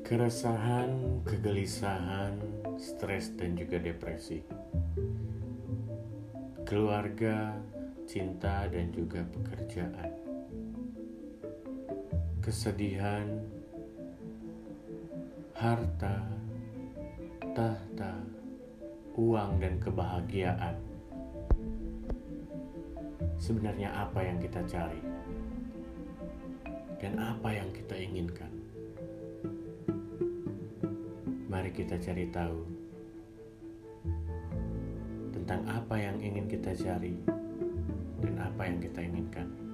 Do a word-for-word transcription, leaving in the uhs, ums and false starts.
Keresahan, kegelisahan, stres dan juga depresi. Keluarga, cinta dan juga pekerjaan. Kesedihan, harta, tahta, uang dan kebahagiaan. Sebenarnya apa yang kita cari? Dan apa yang kita inginkan? Mari kita cari tahu tentang apa yang ingin kita cari dan apa yang kita inginkan.